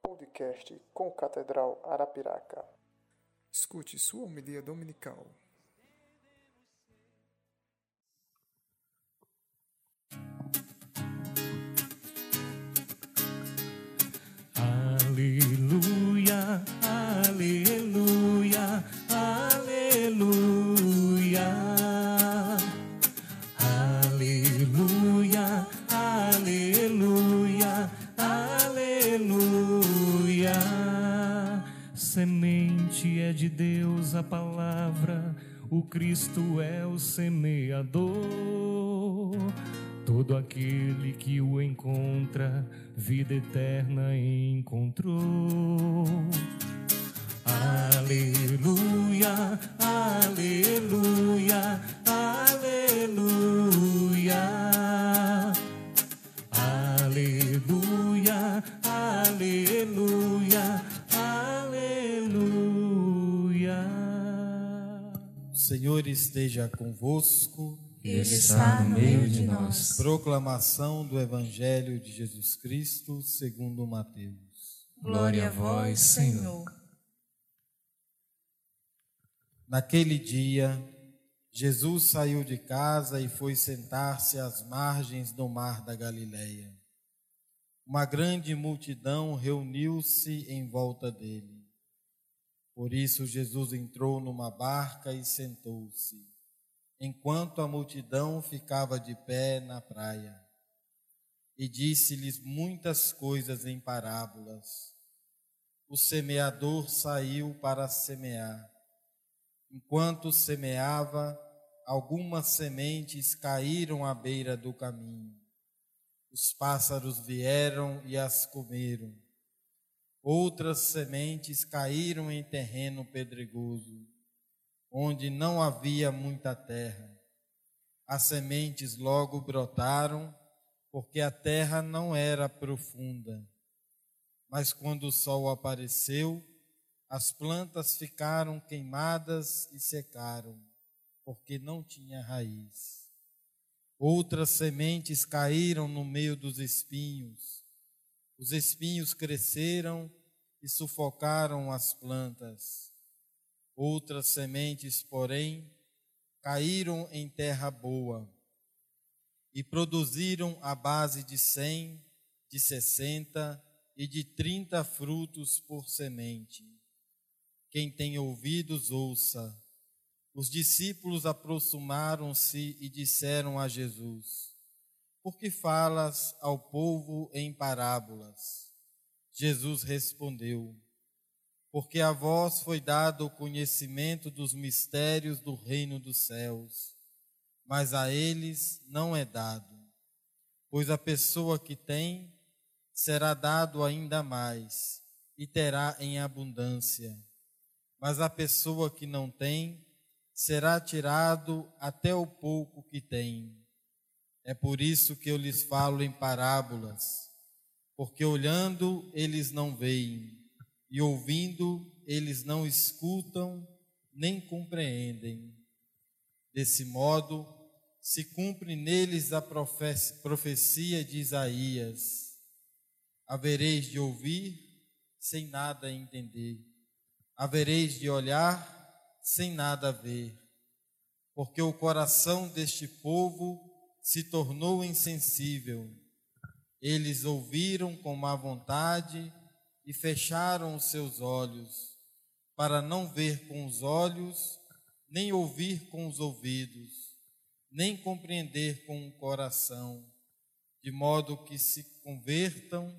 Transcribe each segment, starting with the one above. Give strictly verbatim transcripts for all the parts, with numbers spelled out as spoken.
Podcast com Catedral Arapiraca. Escute sua homilia dominical. Aleluia, aleluia, aleluia, aleluia, aleluia, aleluia. Semente é de Deus a palavra, o Cristo é o semeador. Todo aquele que o encontra, vida eterna encontrou. Aleluia, aleluia, aleluia, aleluia, aleluia, aleluia. O Senhor esteja convosco. Ele está no meio de nós. Proclamação do Evangelho de Jesus Cristo segundo Mateus. Glória a vós, Senhor. Naquele dia, Jesus saiu de casa e foi sentar-se às margens do mar da Galileia. Uma grande multidão reuniu-se em volta dele. Por isso Jesus entrou numa barca e sentou-se, enquanto a multidão ficava de pé na praia, e disse-lhes muitas coisas em parábolas. O semeador saiu para semear. Enquanto semeava, algumas sementes caíram à beira do caminho. Os pássaros vieram e as comeram. Outras sementes caíram em terreno pedregoso, onde não havia muita terra. As sementes logo brotaram, porque a terra não era profunda. Mas quando o sol apareceu, as plantas ficaram queimadas e secaram, porque não tinha raiz. Outras sementes caíram no meio dos espinhos. Os espinhos cresceram e sufocaram as plantas. Outras sementes, porém, caíram em terra boa e produziram à base de cem, de sessenta e de trinta frutos por semente. Quem tem ouvidos, ouça. Os discípulos aproximaram-se e disseram a Jesus: por que falas ao povo em parábolas? Jesus respondeu: porque a vós foi dado o conhecimento dos mistérios do reino dos céus, mas a eles não é dado. Pois a pessoa que tem, será dado ainda mais, e terá em abundância. Mas a pessoa que não tem, será tirado até o pouco que tem. É por isso que eu lhes falo em parábolas, porque olhando eles não veem, e ouvindo, eles não escutam, nem compreendem. Desse modo, se cumpre neles a profecia de Isaías: havereis de ouvir, sem nada entender. Havereis de olhar, sem nada ver. Porque o coração deste povo se tornou insensível. Eles ouviram com má vontade e fecharam os seus olhos, para não ver com os olhos, nem ouvir com os ouvidos, nem compreender com o coração, de modo que se convertam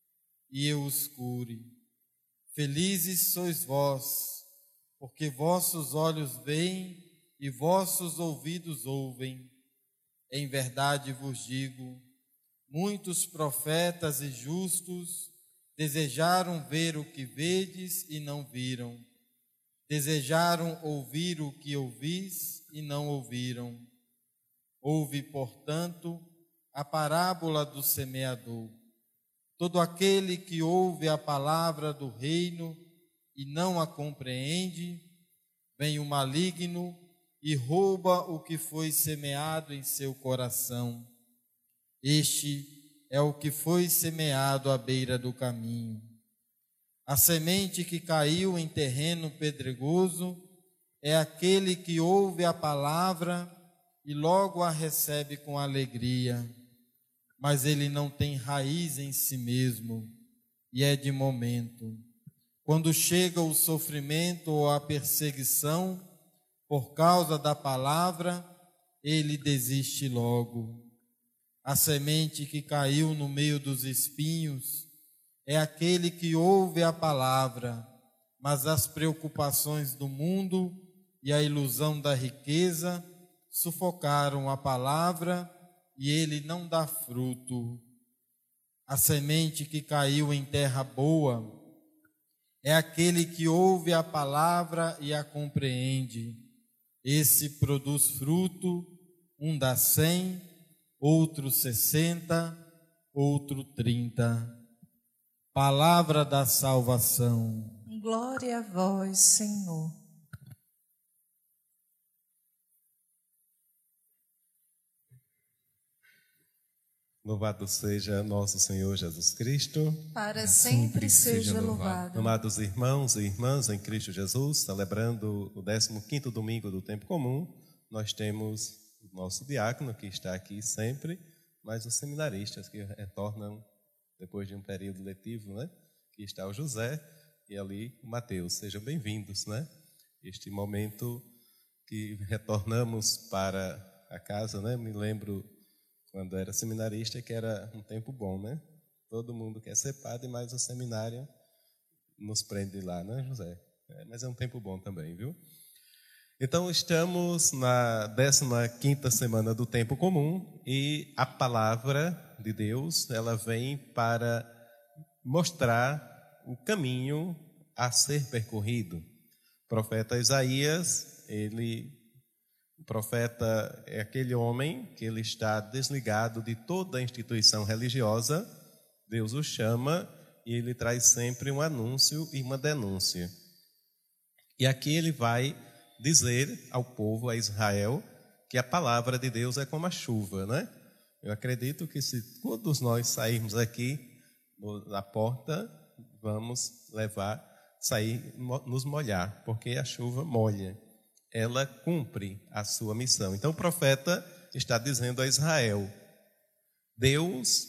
e eu os cure. Felizes sois vós, porque vossos olhos veem e vossos ouvidos ouvem. Em verdade vos digo, muitos profetas e justos desejaram ver o que vedes e não viram. Desejaram ouvir o que ouvis e não ouviram. Ouve, portanto, a parábola do semeador. Todo aquele que ouve a palavra do reino e não a compreende, vem o maligno e rouba o que foi semeado em seu coração. Este é o que foi semeado à beira do caminho. A semente que caiu em terreno pedregoso é aquele que ouve a palavra e logo a recebe com alegria, mas ele não tem raiz em si mesmo e é de momento. Quando chega o sofrimento ou a perseguição por causa da palavra, ele desiste logo. A semente que caiu no meio dos espinhos é aquele que ouve a palavra, mas as preocupações do mundo e a ilusão da riqueza sufocaram a palavra e ele não dá fruto. A semente que caiu em terra boa é aquele que ouve a palavra e a compreende. Esse produz fruto, um dá cem, outro sessenta, outro trinta. Palavra da salvação. Glória a vós, Senhor. Louvado seja nosso Senhor Jesus Cristo. Para sempre seja louvado. Amados irmãos e irmãs em Cristo Jesus, celebrando o décimo quinto domingo do tempo comum, nós temos o nosso diácono que está aqui sempre, mas os seminaristas que retornam depois de um período letivo, né? Aqui está o José e ali o Mateus. Sejam bem-vindos, né? Este momento que retornamos para a casa, né? Me lembro quando era seminarista que era um tempo bom, né? Todo mundo quer ser padre, mas o seminário nos prende lá, né, José? É, mas é um tempo bom também, viu? Então, estamos na décima quinta semana do tempo comum e a palavra de Deus, ela vem para mostrar o caminho a ser percorrido. O profeta Isaías, ele, o profeta é aquele homem que ele está desligado de toda a instituição religiosa, Deus o chama e ele traz sempre um anúncio e uma denúncia. E aqui ele vai dizer ao povo, a Israel, que a palavra de Deus é como a chuva, né? Eu acredito que se todos nós sairmos aqui da porta, vamos levar, sair, nos molhar, porque a chuva molha. Ela cumpre a sua missão. Então o profeta está dizendo a Israel, Deus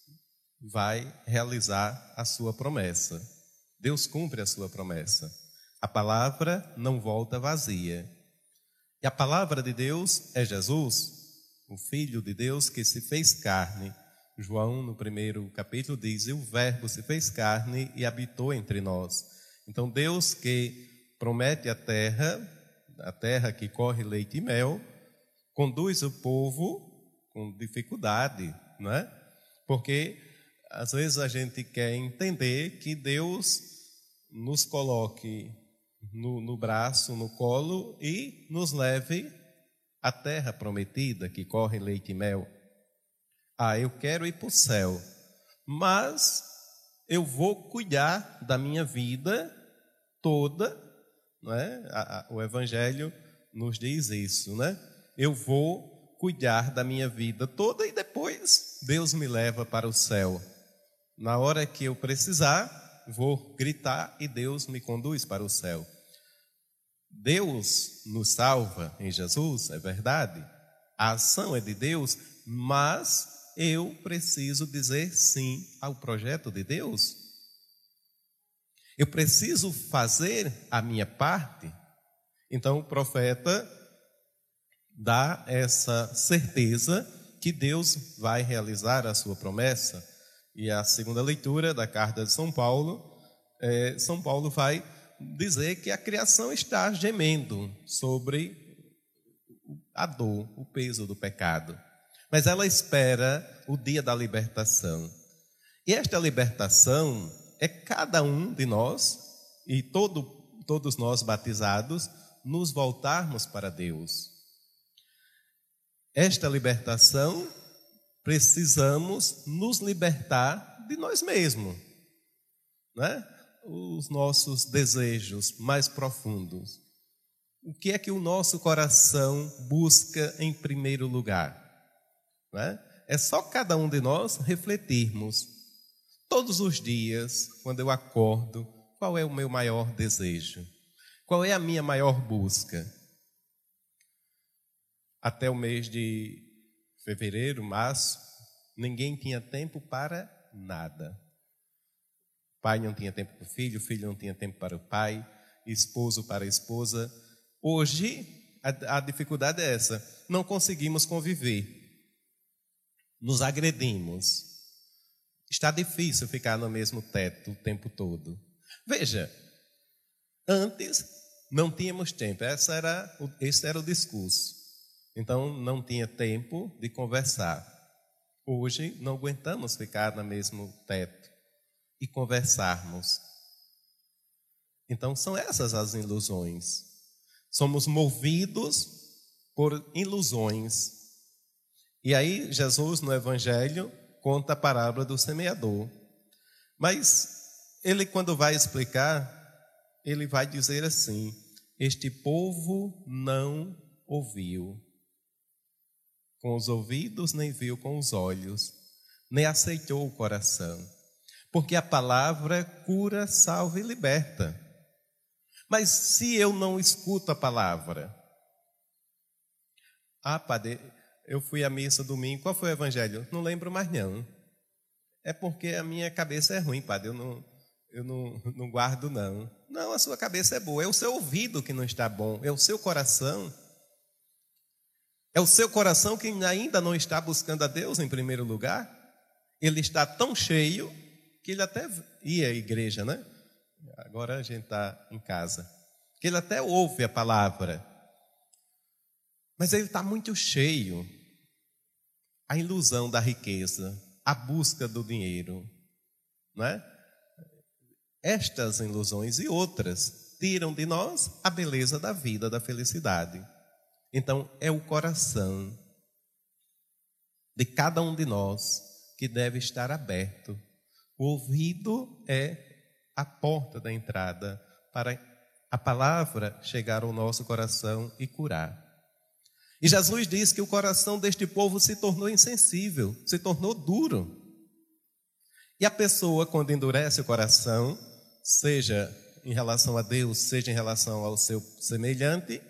vai realizar a sua promessa. Deus cumpre a sua promessa. A palavra não volta vazia. E a palavra de Deus é Jesus, o Filho de Deus que se fez carne. João, no primeiro capítulo, diz, e o Verbo se fez carne e habitou entre nós. Então, Deus que promete a terra, a terra que corre leite e mel, conduz o povo com dificuldade, não é? Porque, às vezes, a gente quer entender que Deus nos coloque No, no braço, no colo e nos leve à terra prometida que corre leite e mel. Ah, eu quero ir para o céu, mas eu vou cuidar da minha vida toda, não é? a, a, o Evangelho nos diz isso, né? Eu vou cuidar da minha vida toda e depois Deus me leva para o céu. Na hora que eu precisar, vou gritar e Deus me conduz para o céu. Deus nos salva em Jesus, é verdade. A ação é de Deus, mas eu preciso dizer sim ao projeto de Deus. Eu preciso fazer a minha parte. Então o profeta dá essa certeza que Deus vai realizar a sua promessa. E a segunda leitura da carta de São Paulo, é, São Paulo vai dizer que a criação está gemendo sobre a dor, o peso do pecado. Mas ela espera o dia da libertação. E esta libertação é cada um de nós, e todo, todos nós batizados, nos voltarmos para Deus. Esta libertação, precisamos nos libertar de nós mesmos, né? Os nossos desejos mais profundos. O que é que o nosso coração busca em primeiro lugar? Né? É só cada um de nós refletirmos. Todos os dias, quando eu acordo, qual é o meu maior desejo? Qual é a minha maior busca? Até o mês de fevereiro, março, ninguém tinha tempo para nada. O pai não tinha tempo para o filho, o filho não tinha tempo para o pai, esposo para a esposa. Hoje, a, a dificuldade é essa, não conseguimos conviver, nos agredimos. Está difícil ficar no mesmo teto o tempo todo. Veja, antes não tínhamos tempo, esse era, esse era o discurso. Então não tinha tempo de conversar. Hoje não aguentamos ficar no mesmo teto e conversarmos. Então são essas as ilusões. Somos movidos por ilusões. E aí Jesus no Evangelho conta a parábola do semeador. Mas ele, quando vai explicar, ele vai dizer assim: este povo não ouviu com os ouvidos, nem viu com os olhos, nem aceitou o coração. Porque a palavra cura, salva e liberta. Mas se eu não escuto a palavra... Ah, padre, eu fui à missa domingo, qual foi o evangelho? Não lembro mais não. É porque a minha cabeça é ruim, padre, eu não, eu não, não guardo não. Não, a sua cabeça é boa, é o seu ouvido que não está bom, é o seu coração. É o seu coração que ainda não está buscando a Deus em primeiro lugar. Ele está tão cheio que ele até ia à igreja, né? Agora a gente está em casa. Que ele até ouve a palavra. Mas ele está muito cheio. A ilusão da riqueza, a busca do dinheiro, não é? Estas ilusões e outras tiram de nós a beleza da vida, da felicidade. Então, é o coração de cada um de nós que deve estar aberto. O ouvido é a porta da entrada para a palavra chegar ao nosso coração e curar. E Jesus diz que o coração deste povo se tornou insensível, se tornou duro. E a pessoa, quando endurece o coração, seja em relação a Deus, seja em relação ao seu semelhante,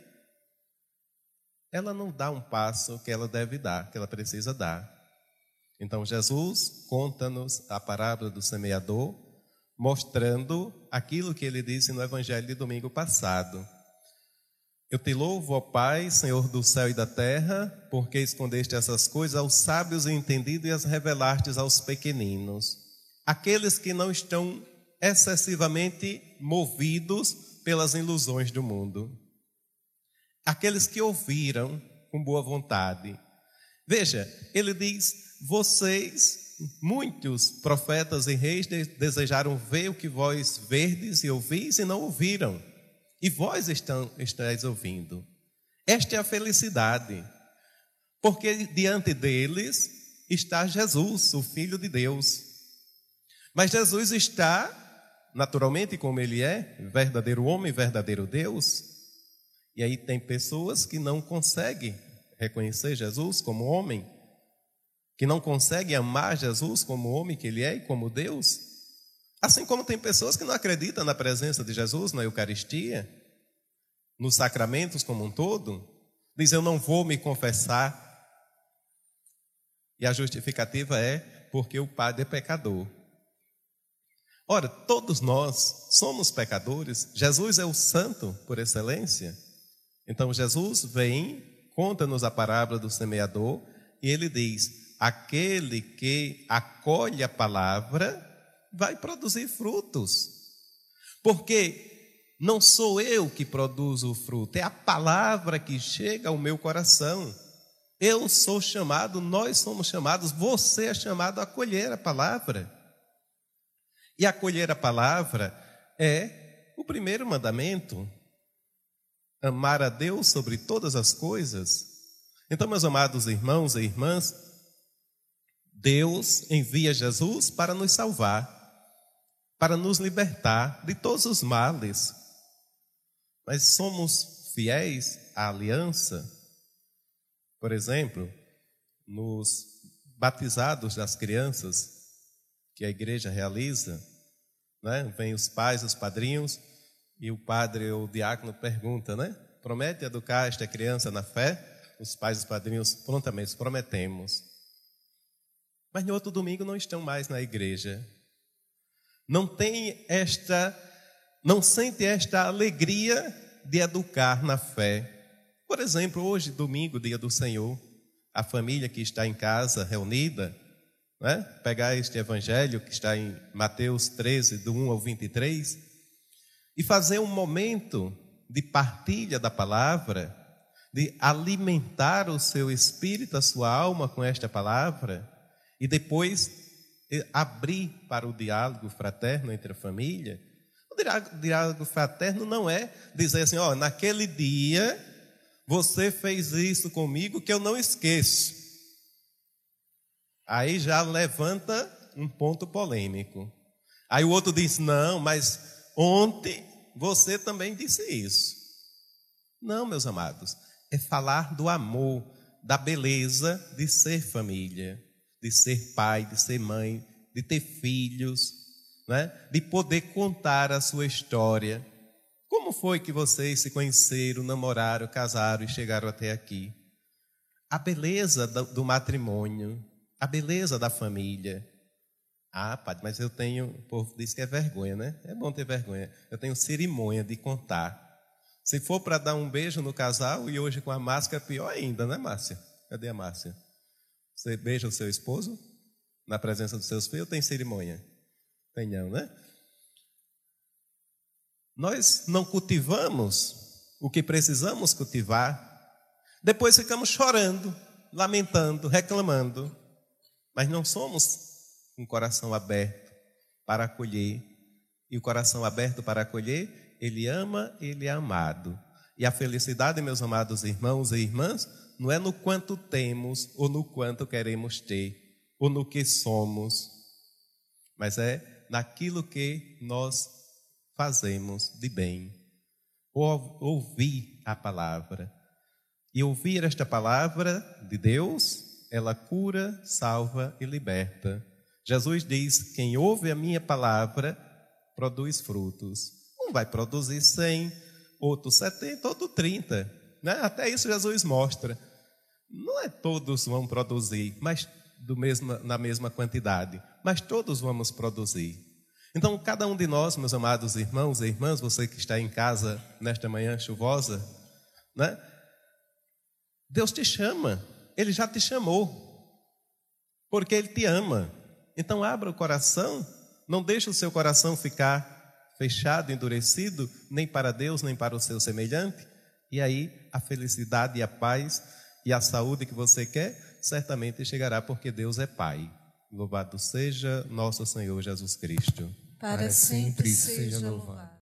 ela não dá um passo que ela deve dar, que ela precisa dar. Então Jesus conta-nos a parábola do semeador, mostrando aquilo que ele disse no evangelho de domingo passado. Eu te louvo, ó Pai, Senhor do céu e da terra, porque escondeste essas coisas aos sábios e entendidos e as revelastes aos pequeninos. Aqueles que não estão excessivamente movidos pelas ilusões do mundo. Aqueles que ouviram com boa vontade. Veja, ele diz, vocês, muitos profetas e reis desejaram ver o que vós verdes e ouvis e não ouviram. E vós estão, estáis ouvindo. Esta é a felicidade. Porque diante deles está Jesus, o Filho de Deus. Mas Jesus está, naturalmente como ele é, verdadeiro homem, verdadeiro Deus. E aí tem pessoas que não conseguem reconhecer Jesus como homem, que não conseguem amar Jesus como homem que ele é e como Deus. Assim como tem pessoas que não acreditam na presença de Jesus na Eucaristia, nos sacramentos como um todo, diz, eu não vou me confessar. E a justificativa é porque o padre é pecador. Ora, todos nós somos pecadores. Jesus é o santo por excelência. Então Jesus vem, conta-nos a parábola do semeador, e ele diz, aquele que acolhe a palavra vai produzir frutos. Porque não sou eu que produzo o fruto, é a palavra que chega ao meu coração. Eu sou chamado, nós somos chamados, você é chamado a acolher a palavra. E acolher a palavra é o primeiro mandamento. Amar a Deus sobre todas as coisas. Então, meus amados irmãos e irmãs, Deus envia Jesus para nos salvar, para nos libertar de todos os males. Mas somos fiéis à aliança? Por exemplo, nos batizados das crianças que a igreja realiza, né? Vem os pais, os padrinhos, e o padre ou o diácono pergunta, né? Promete educar esta criança na fé? Os pais e os padrinhos prontamente prometemos. Mas no outro domingo não estão mais na igreja. Não tem esta, não sente esta alegria de educar na fé. Por exemplo, hoje, domingo, dia do Senhor, a família que está em casa reunida, né? Pegar este evangelho que está em Mateus treze, do um ao vinte e três, e fazer um momento de partilha da palavra, de alimentar o seu espírito, a sua alma com esta palavra, e depois abrir para o diálogo fraterno entre a família. O diálogo fraterno não é dizer assim, ó, naquele dia você fez isso comigo que eu não esqueço. Aí já levanta um ponto polêmico. Aí o outro diz, não, mas ontem você também disse isso. Não, meus amados, é falar do amor, da beleza de ser família, de ser pai, de ser mãe, de ter filhos, né? De poder contar a sua história. Como foi que vocês se conheceram, namoraram, casaram e chegaram até aqui? A beleza do, do matrimônio, a beleza da família. Ah, padre, mas eu tenho, o povo diz que é vergonha, né? É bom ter vergonha. Eu tenho cerimônia de contar. Se for para dar um beijo no casal, e hoje com a máscara, pior ainda, né, Márcia? Cadê a Márcia? Você beija o seu esposo na presença dos seus filhos ou tem cerimônia? Tem não, né? Nós não cultivamos o que precisamos cultivar. Depois ficamos chorando, lamentando, reclamando. Mas não somos um coração aberto para acolher. E o coração aberto para acolher, ele ama, ele é amado. E a felicidade, meus amados irmãos e irmãs, não é no quanto temos ou no quanto queremos ter, ou no que somos, mas é naquilo que nós fazemos de bem. Ouvir a palavra. E ouvir esta palavra de Deus, ela cura, salva e liberta. Jesus diz, quem ouve a minha palavra, produz frutos. Um vai produzir cem, outro setenta, outro trinta. Né? Até isso Jesus mostra. Não é todos vão produzir, mas do mesmo, na mesma quantidade, mas todos vamos produzir. Então, cada um de nós, meus amados irmãos e irmãs, você que está em casa nesta manhã chuvosa, né? Deus te chama, Ele já te chamou, porque Ele te ama. Então, abra o coração, não deixe o seu coração ficar fechado, endurecido, nem para Deus, nem para o seu semelhante, e aí a felicidade e a paz e a saúde que você quer, certamente chegará, porque Deus é Pai. Louvado seja nosso Senhor Jesus Cristo. Para sempre seja louvado.